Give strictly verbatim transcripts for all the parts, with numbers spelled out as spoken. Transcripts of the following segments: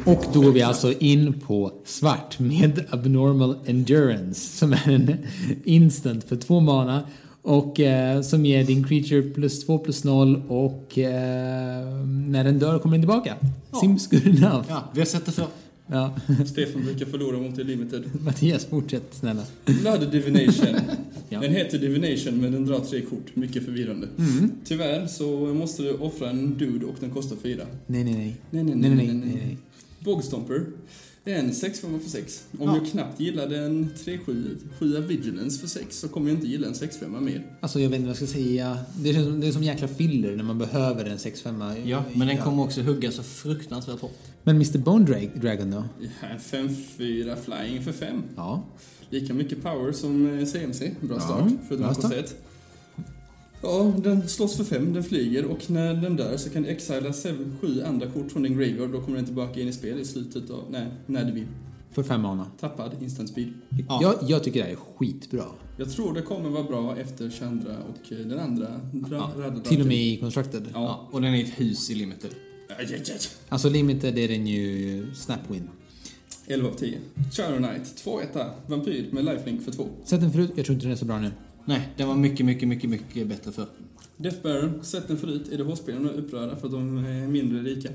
Och då går vi alltså in på svart med Abnormal Endurance, som är en instant för två mana och eh, som ger din creature plus två plus noll och eh, när den dör kommer den tillbaka. Ja. Seems good enough. Ja, vi har sett det för. Ja. Stefan brukar förlora mot det limited. Mattias, fortsätt snälla. Blood Divination. Ja. Den heter Divination men den drar tre kort. Mycket förvirrande. Mm. Tyvärr så måste du offra en dude och den kostar fyra. Nej, nej, nej. Nej, nej, nej, nej, nej, nej, nej, nej. nej. Bogstomper. Det är en sex fem för sex. Om Ja. jag knappt gillade en tre sju Vigilance för sex så kommer jag inte gilla en sex fem mer. Alltså jag vet inte vad jag ska säga. Det är som, det är som jäkla filler när man behöver en sex fem. Ja, men den kommer också hugga så fruktansvärt hårt. Men mister Bone Drag- Dragon då? Ja, en fem fyra flying för fem. Ja. Lika mycket power som C M C. Bra start. Ja, För bra att start. ett. Ja, den slåss för fem, den flyger och när den dör så kan du exila seven, sju andra kort från din graveyard. Då kommer den tillbaka in i spel i slutet av, nej, när du vill. För fem mana. Tappad, instant speed. Ja. Jag, jag tycker det här är skitbra. Jag tror det kommer vara bra efter Chandra och den andra. Ja, till och med i Constructed. Ja. Ja, och den är ett hus i limited. Alltså Limited är den ju Snapwin. elva av tio. Shadow Knight, två etta. Vampyr med lifelink för två. Sett den förut, jag tror inte den är så bra nu. Nej, den var mycket, mycket, mycket, mycket bättre för. Death Baron, sett den förut. Är det H-spelarna upprörda för att de är mindre rika?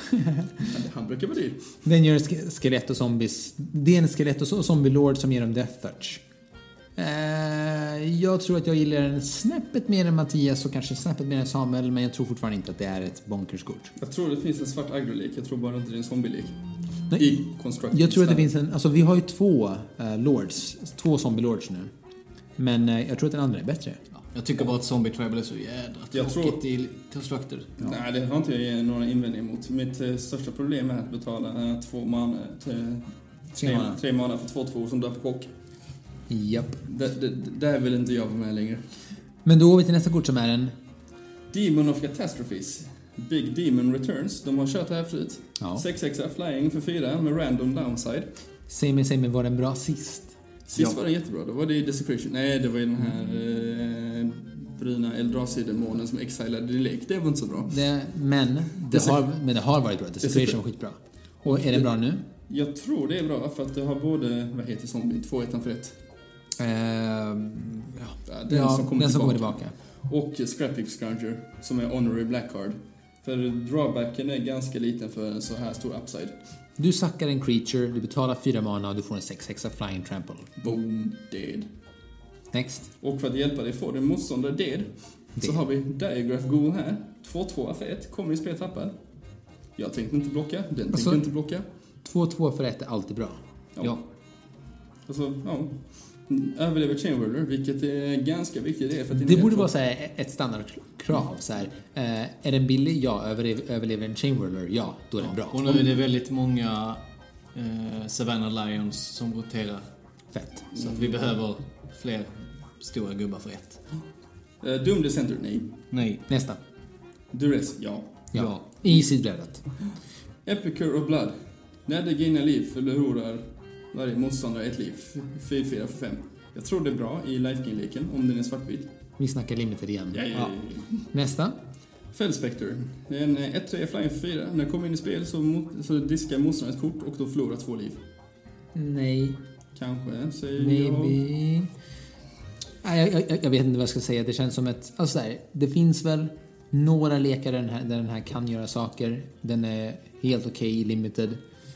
Han brukar vara dyr. Den gör ske- skelett och zombies. Det är en skelett och zombie lord som ger dem death touch. Eh, jag tror att jag gillar den snäppet mer än Mattias och kanske snäppet mer än Samuel, men jag tror fortfarande inte att det är ett bonkerskort. Jag tror det finns en svart agro-lek. Jag tror bara inte det är en zombie-lek. Nej. I Constructed. Jag tror att det finns en, alltså vi har ju två uh, lords, två zombie lords nu. Men uh, jag tror att den andra är bättre. Ja, jag tycker bara att Zombie Tribal är så jädra Jag tråkigt tror- i Constructed. Ja. Nej, det har inte jag några invändningar emot. Mitt eh, största problem är att betala eh, två mana, t- tre, mana. tre mana för två två som dör på chock. Japp. Det, det, där vill inte jag vara med längre. Men då går vi till nästa kort som är en... Demon of Catastrophes. Big Demon Returns. De har kört det här förut. Ja. sex sex flying för fyra med random downside. Säg mig, säg mig, var den bra sist? Sist Ja. var den jättebra. Då var det Desecration. Nej, det var ju den här eh, bruna Eldrazi-demonen som exilade din lek. Det var inte så bra. Det, men, det Desec- har, men det har varit bra. Desecration var skitbra. Och är den bra nu? Jag tror det är bra för att det har både, vad heter zombie, två ettan för ett. Ehm, ja, Ja, den ja, som kommer den som kommer tillbaka. tillbaka. Och Scrapheap Scourger som är honorary black card. För drawbacken är ganska liten för en så här stor upside. Du sackar en creature, du betalar fyra mana och du får en sex sex flying trample. Boom, dead. Next. Och för att hjälpa dig få din motståndare dead, så Dead. har vi Diagraph Ghoul här. två två för ett, kommer i spel tappad. Jag tänkte inte blocka, den Alltså- tänkte inte blocka. två två för ett är alltid bra. Ja. Ja. Alltså, ja. Överlever Chainwhirler, vilket är ganska viktigt. Det, är för att Det din borde är- vara så här ett standardkrav. Så här, eh, är den billig? Ja. Överlever, överlever en Chainwhirler? Ja. Då är den bra. Och nu är det väldigt många eh, Savannah Lions som roterar. Fett. Så att vi behöver fler stora gubbar för ett. Uh, Doom Descenter, nej. Nej. Nästa. Duress, ja. Ja. Ja. I sidbrädet. Epicure of Blood. När det gainar liv förlorar varje motståndare ett liv. fyra fyra för fem. Jag tror det är bra i life-gain-leken om den är svartvit. Vi snackar limited igen. Ja, ja, Ja. ja. Nästa. Fellspectre. Det är en ett tre flying för fyra. När den kommer in i spel så, mot, så diskar motståndaren ett kort och då förlorar två liv. Nej. Kanske, säger jag. Maybe. Nej, jag, jag, jag vet inte vad jag ska säga. Det känns som ett... Alltså där, det finns väl några lekar där den här, där den här kan göra saker. Den är helt okej i limited.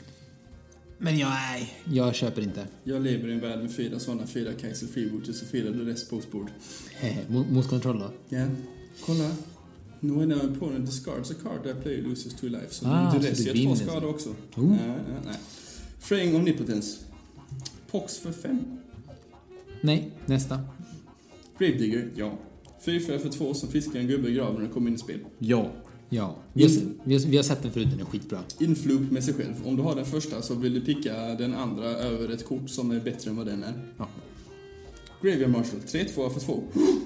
Men jag, nej, jag köper inte. Jag lever i en värld med fyra sådana, fyra Kaiser Freebooters och fyra The Rest postboard. mot, mot kontroll då. Ja, kolla. No, when an opponent discards a card, that player loses two life. Så Ah, The så Rest det gör vinner. två skador också. Oh. Ja, ja, nej. Fraying Omnipotence. Pox för fem. Nej, nästa. Gravedigger, ja. fyra fyra för två som fiskar en gubbe i graven när den kommer in i spel. Ja. Ja, vi har, vi, har, vi har sett den förut, den är skitbra. Infloop med sig själv. Om du har den första så vill du picka den andra över ett kort som är bättre än vad den är. Ja. Graveyard Marshal, tre två för två.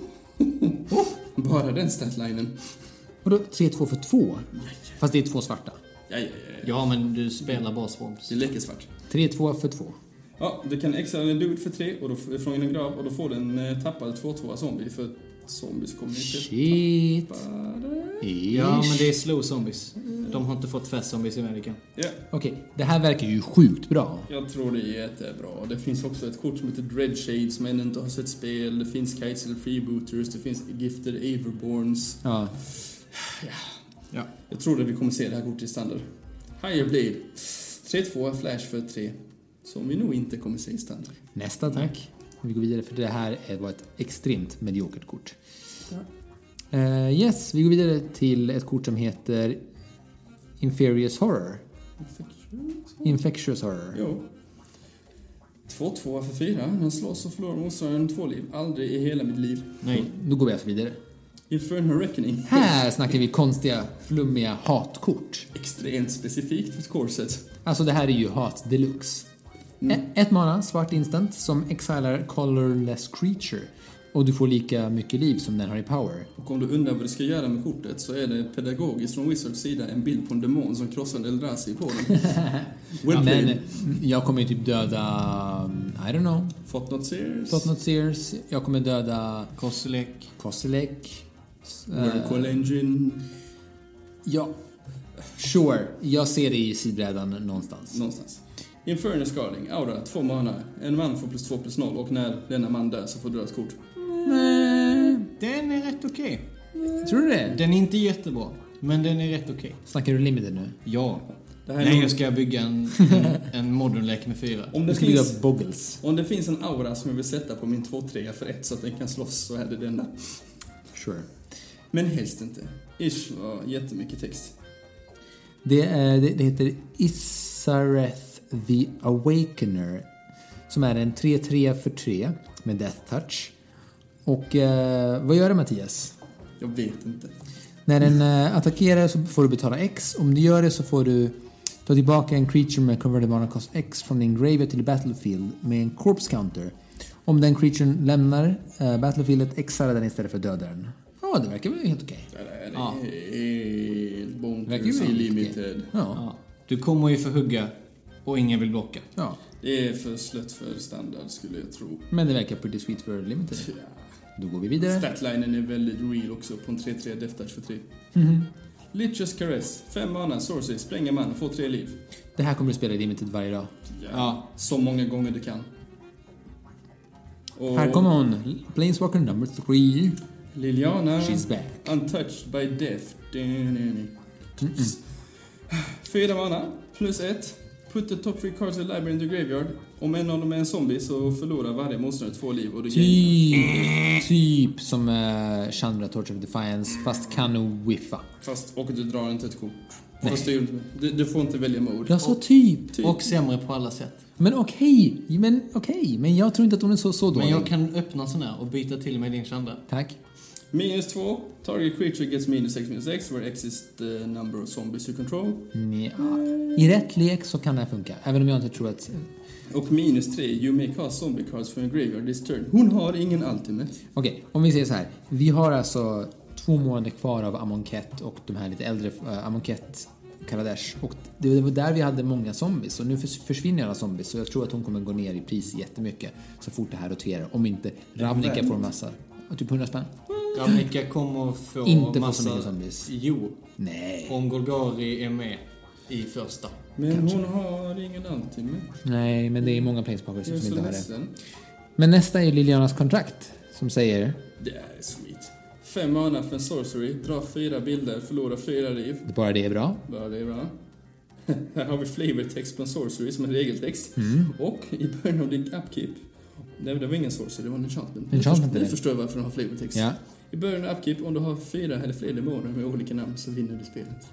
Bara den statlinen. Och då tre två för två. Fast det är två svarta. Ja, ja, ja. Ja, men du spelar bara swamps. Det är läcker svart. tre två för två. Ja, du kan exila en dude för tre och då, från en grav och då får den eh, tappad två två zombie för zombies kommer inte Shit. tappa det. Ja, men det är slow zombies. De har inte fått fast zombies i Amerika. Ja, Okej, det här verkar ju sjukt bra. jag tror det är jättebra. Det finns också ett kort som heter Dreadshade som ännu inte har sett spel. Det finns Kites eller Freebooters. Det finns Gifted Averborns. Ja. Ja. Jag tror att vi kommer se det här kortet i standard. Higher Blade. tre två Flash för tre. Som vi nog inte kommer se i standard. Nästa, tack. Vi går vidare för det här var ett extremt mediokert kort. Ja. Uh, yes, vi går vidare till ett kort som heter Inferious Horror. Infectious Horror. Jo. två två för fyra. Den slåss och förlorar motståndaren två liv. Aldrig i hela mitt liv. Nej. Då går vi alltså vidare. Infernal Reckoning. Här snackar vi konstiga, flummiga hatkort. Extremt specifikt för ett corset. Alltså det här är ju hat deluxe. Mm. E- ett mana, svart instant, som exilar colorless creature. Och du får lika mycket liv som den har i power. Och om du undrar vad du ska göra med kortet så är det pedagogiskt från Wizards sida en bild på en demon som krossar en Eldrazi på den. Well Men played. jag kommer ju typ döda, I don't know, Fått något Sears. Thought Not Sears. Jag kommer döda Kozilek. Kozilek. Miracle Engine. Ja, sure. Jag ser det i sidbrädan någonstans. Någonstans. Infernal Scarling. Aura. Två mana. En man får plus två plus noll. Och när denna man dör så får du dra ett kort. Nej. Den är rätt okej. Tror du det? Den är inte jättebra, men den är rätt okej. Snackar du limited nu? Ja. Det här är Nej, nog- jag ska bygga en, en, en modern lek med fyra. Om Du det, ska bygga finns, boggles. om det finns en aura som jag vill sätta på min två tre för ett så att den kan slåss så är det denna. Sure. Men helst inte. Ish var jättemycket text. Det, är, det, det heter Isareth the Awakener. Som är en tre tre för tre med Death Touch. Och eh, vad gör det, Mattias? Jag vet inte. När den eh, attackerar så får du betala X. Om du gör det så får du ta tillbaka en creature med converted mana cost X från din graveyard till battlefield med en corpse counter. Om den creaturen lämnar eh, battlefieldet, exilar den istället för döda den. Ja, det verkar väl helt okej. Det där är Ja. helt Verkar ju bonkers vara i helt limited. Ja. Ja. Du kommer ju få hugga och ingen vill blocka. ja. Det är för slött för standard skulle jag tro. Men det verkar pretty sweet för limited. Ja. Då går vi vidare. Statlinen är väldigt real också på en tre tre Death Touch för tre. Mhm. Lichess Caress. Fem mana, sorcery, spränger man, får tre liv. Det här kommer du spela i limited varje dag. Ja. Ja. Så många gånger du kan. Och Här kommer hon. Planeswalker number three. Liliana. She's back. Untouched by death. Fyra mana, plus ett. Put the top three cards of the library in the graveyard. Om en av dem är en zombie så förlorar varje motståndare två liv och du gainer. Typ, typ som uh, Chandra Torch of Defiance, fast kan nog whiffa. Fast, och du drar inte ett kort. Nej. Fast du, du, du får inte välja mode. Jag sa typ. Typ. Och sämre på alla sätt. Men okej, men okej. Men jag tror inte att hon är så, så dålig. Men jag kan öppna sån här och byta till mig din Chandra. Tack. Minus två. Target creature gets minus sex minus x where x is the number of zombies you control. Nja. I rätt lek så kan det här funka. Även om jag inte tror att... Och minus tre. You may cast zombie cards from your graveyard this turn. Hon har ingen ultimate. Okej, om vi säger så här. Vi har alltså två månader kvar av Amonkhet och de här lite äldre uh, Amonkhet Kaladesh. Och det var där vi hade många zombies. Och nu förs- försvinner alla zombies. Så jag tror att hon kommer gå ner i pris jättemycket så fort det här roterar. Om inte Ravnica får en massa... Typ hundra spänn. Ravnica kommer få Inte få massa... så mycket zombies. Jo, Nej. om Golgari är med i första. Men Kanske. hon har ingen ultimate. Nej, men det är många planeswalkers Jag är som så inte har det. ledsen. Men nästa är Lilianas kontrakt. Som säger... Det är sweet. Fem mana för en sorcery. Dra fyra bilder. Förlora fyra liv. Bara det är bra. Bara det är bra. Här har vi flavortext på en sorcery som en regeltext. Mm. Och i början av din upkeep. Nej, det var ingen sorcery, det var en enchantment. Enchantment Ni är det. förstår varför de har flavortext. Ja. I början av upkeep, om du har fyra eller fler demoner med olika namn så vinner du spelet.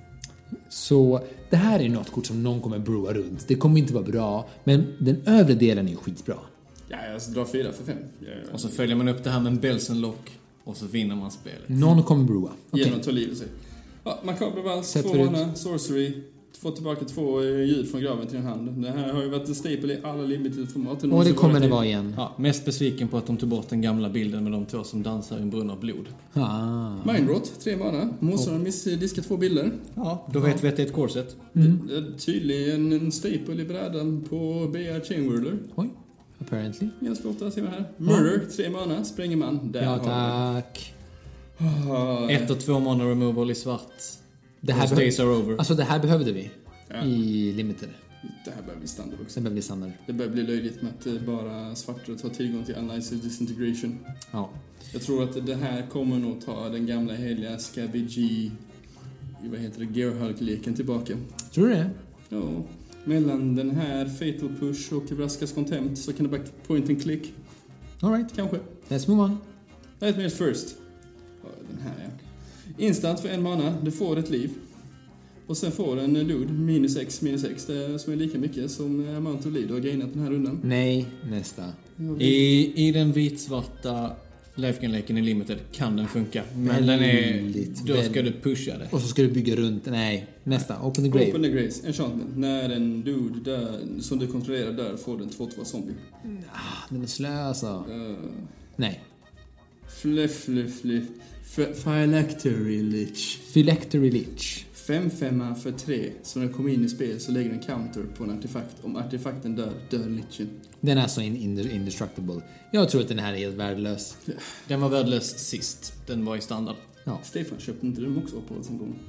Så det här är något kort som någon kommer broa runt. Det kommer inte vara bra. Men den övre delen är ju skitbra. Ja, alltså dra fyra för fem. Ja, ja. Och så följer man upp det här med en Belsenlock och så vinner man spelet. Någon kommer broa. Okej. Genom att ta livet sig. Ja, Macabre Vals, Sätt två förut. mana, sorcery. Få tillbaka två eh, ljud från graven till din hand. Det här har ju varit en staple i alla limited-format. Och det kommer det vara igen. Ja, mest besviken på att de tog bort den gamla bilden med de två som dansar i en brunn av blod. Ah. Mindrot, tre mana. Motståndaren missdiskar två bilder. Ja, då vet vi att det är ett corset. Mm. Det är tydligen en staple i brädan på B R Chainwhirler. Oj, apparently. Ganska ofta ser man här. Murder, tre mana, spränger man. Där Ja, har vi. tack. Ah, Ett och två mana removal i svart. Det här, Those days are over. alltså det här behövde vi Ja. i Limited. Det här börjar bli standard också. Sen behöver vi standard. Det börjar bli löjligt med att eh, bara svartrött har tillgång till Analysis Disintegration. Ja. Jag tror att det här kommer nog ta den gamla heliga Scabby G, vad heter det, Gearhulk-leken tillbaka. Tror du det? Ja, mellan den här Fatal Push och Vraskas Contempt så kan det bara point and click. All right. Kanske. Let's move on. Nightmare First. Ja, den här ja. Instant för en mana, du får ett liv. Och sen får en dude minus X, minus X, det som är lika mycket som amount of liv du har gainat den här rundan. Nej, nästa. I, I den vitsvarta Lifegain-leken i Limited kan den funka. Men den är... Väldigt, Då ska väldigt. du pusha det. Och så ska du bygga runt. Nej, nästa. Open the grave. Open the Grace, enchantment. När en dude dör, som du kontrollerar där får du en två två zombie. Ah, den är slö alltså. Uh, Nej. fluff, fluff, fluff. F- Phylactery Lich. Phylactery Lich. fem fem för tre. Så när du kommer in i spel så lägger du en counter på en artefakt. Om artefakten dör, dör Lichen. Den är så in, in, indestructible. Jag tror att den här är helt värdelös. Den var värdelös sist. Den var i standard. Ja. Stefan, köpte inte du också på en sån gång?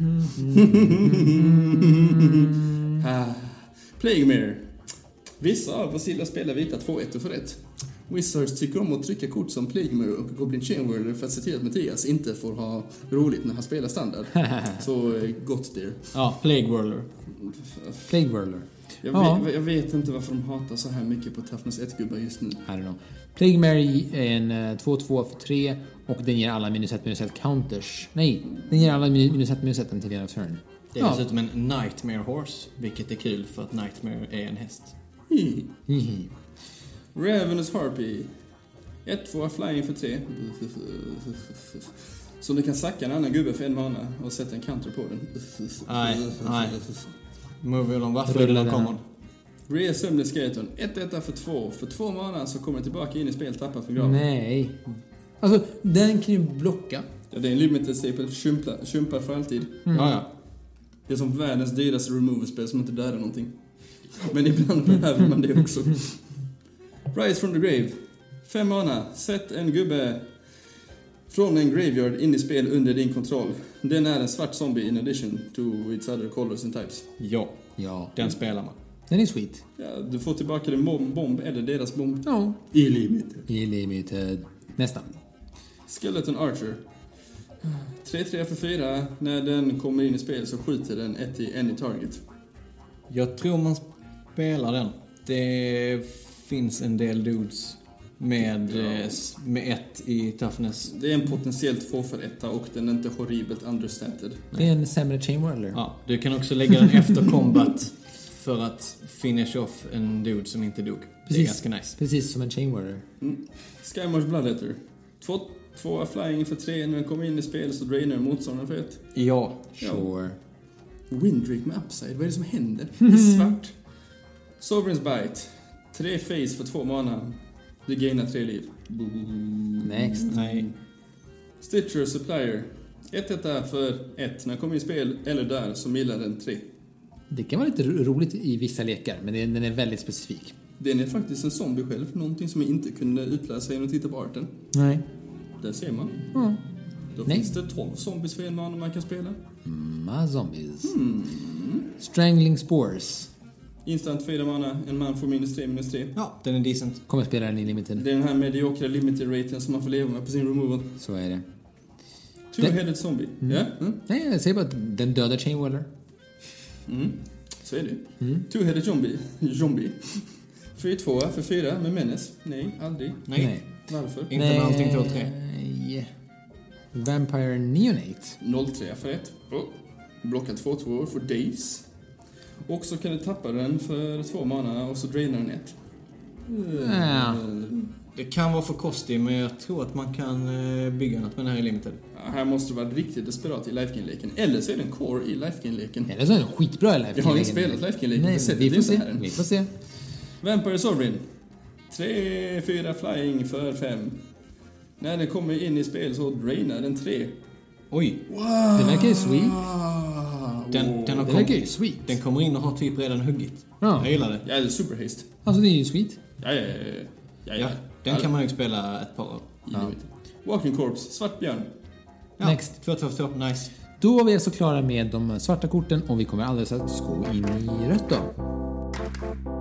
ah. Plague Mirror. Vissa av oss gillar spela vita två ett för ett. Wizards tycker om att trycka kort som Plague Mirror och Goblin Chainwhirler för att se till att Mattias inte får ha roligt när han spelar standard. Så eh, gott där. Ja, Plague Whirler. Plague Whirler. Jag, Ja. vet, jag vet inte varför de hatar så här mycket på Toughness ett-gubbar just nu. I don't know. Plague Mary är en två två för tre och den ger alla minus ett minus ett counters. Nej, den ger alla minus ett minus ett till en turn. Det är Ja. dessutom en Nightmare Horse, vilket är kul för att Nightmare är en häst. Hihi. Hihi. Ravenous Harpy. ett två flying för tre. Så du kan sacka en annan gubbe för en mana och sätta en counter på den. Nej, nej. Move on, varför är det Rulla någon den. common? Rhea Sumner Skeleton. ett ett för två. För två mana så kommer tillbaka in i spel tappad för graven. Nej. Alltså, den kan ju blocka. Ja, det är en limited staple. Tjumpla- Tjumpar för alltid. Mm. Ja, ja. Det är som världens dyraste removal-spel som inte dödar någonting. Men ibland behöver man det också. Rise from the Grave. Fem mana. Sätt en gubbe från en graveyard in i spel under din kontroll. Den är en svart zombie in addition to its other colors and types. Ja, Ja. den spelar man. Den är sweet. Ja, du får tillbaka din bomb, bomb eller deras bomb. Ja. I limited. I limited. Nästa. Skeleton Archer. tre tre för fyra. När den kommer in i spel så skjuter den ett i any target. Jag tror man spelar den. Det finns en del dudes med, Ja. eh, s- med ett i toughness. Det är en potentiellt två för etta och den är inte horribelt understated. Det är en sämre Chain Whirler. Ja, du kan också lägga den efter combat för att finish off en dude som inte dog. Det är Precis. ganska nice. Precis som en Chain Whirler. Mm. Skymarsh Bloodletter. Två, två flying för tre. När den kommer in i spel så drainar motståndaren för ett. Ja. Sure. Windrick med upside. Vad är det som händer? Det är svart. Sovereign's Bite. Tre face för två mana. Du gainar tre liv. Next. Nej. Stitcher Supplier. Ett etta för ett. När den kommer in i spel eller där så millar den tre. Det kan vara lite ro- roligt i vissa lekar, men det- den är väldigt specifik. Den är faktiskt en zombie själv. Någonting som jag inte kunde utläsa genom att titta på arten. Nej. Där ser man. Ja. Då Nej. finns det tolv zombies för en man man kan spela. Ma zombies. Hmm. Strangling Spores. Instant fyra mana. En man får minus tre, minus tre. Ja, den är decent. Kommer spela den i limited. Det är den här mediokra limited raten som man får leva med på sin removal. Så är det. Two-headed zombie. Mm. Ja, mm. Nej, jag säger bara att den dödar Chain Whirler. Mm. Så är det. Mm. Two-headed zombie. Zombie. fyra två för fyra med menace. Nej, aldrig. Nej. Varför? Inte med allting två tre. Nej. Vampire Neonate. noll tre för ett. Oh. Blocka två två för days. Och så kan du tappa den för två mana och så drainar den ett. Ja. Det kan vara för kostig, men jag tror att man kan eh, bygga något med den här i limited. Ja, här måste du vara riktigt desperat i Lifegain-leken. Eller så är det en core i Lifegain-leken. Eller så är den skitbra i Life. Jag har inte spelat Lifegain-leken. Nej, Jag ser men vi det får inte se. här än. Vi får se. Vampire Sovereign. tre fyra flying för fem. När den kommer in i spel så drainar den tre. Oj, Wow! Den verkar ju sweet. den, den, har Det kom, verkar ju sweet. den kommer in och har typ redan huggit. Ja. Jag gillar det. Ja, det är super haste. Alltså det är ju sweet. Ja, ja, ja. ja, Ja, ja. den kan man ju spela ett par år. Ja. Walking Corpse, svart björn. Ja, Next. två två två, nice. Då var vi alltså klara med de svarta korten och vi kommer alldeles att gå in i rött då.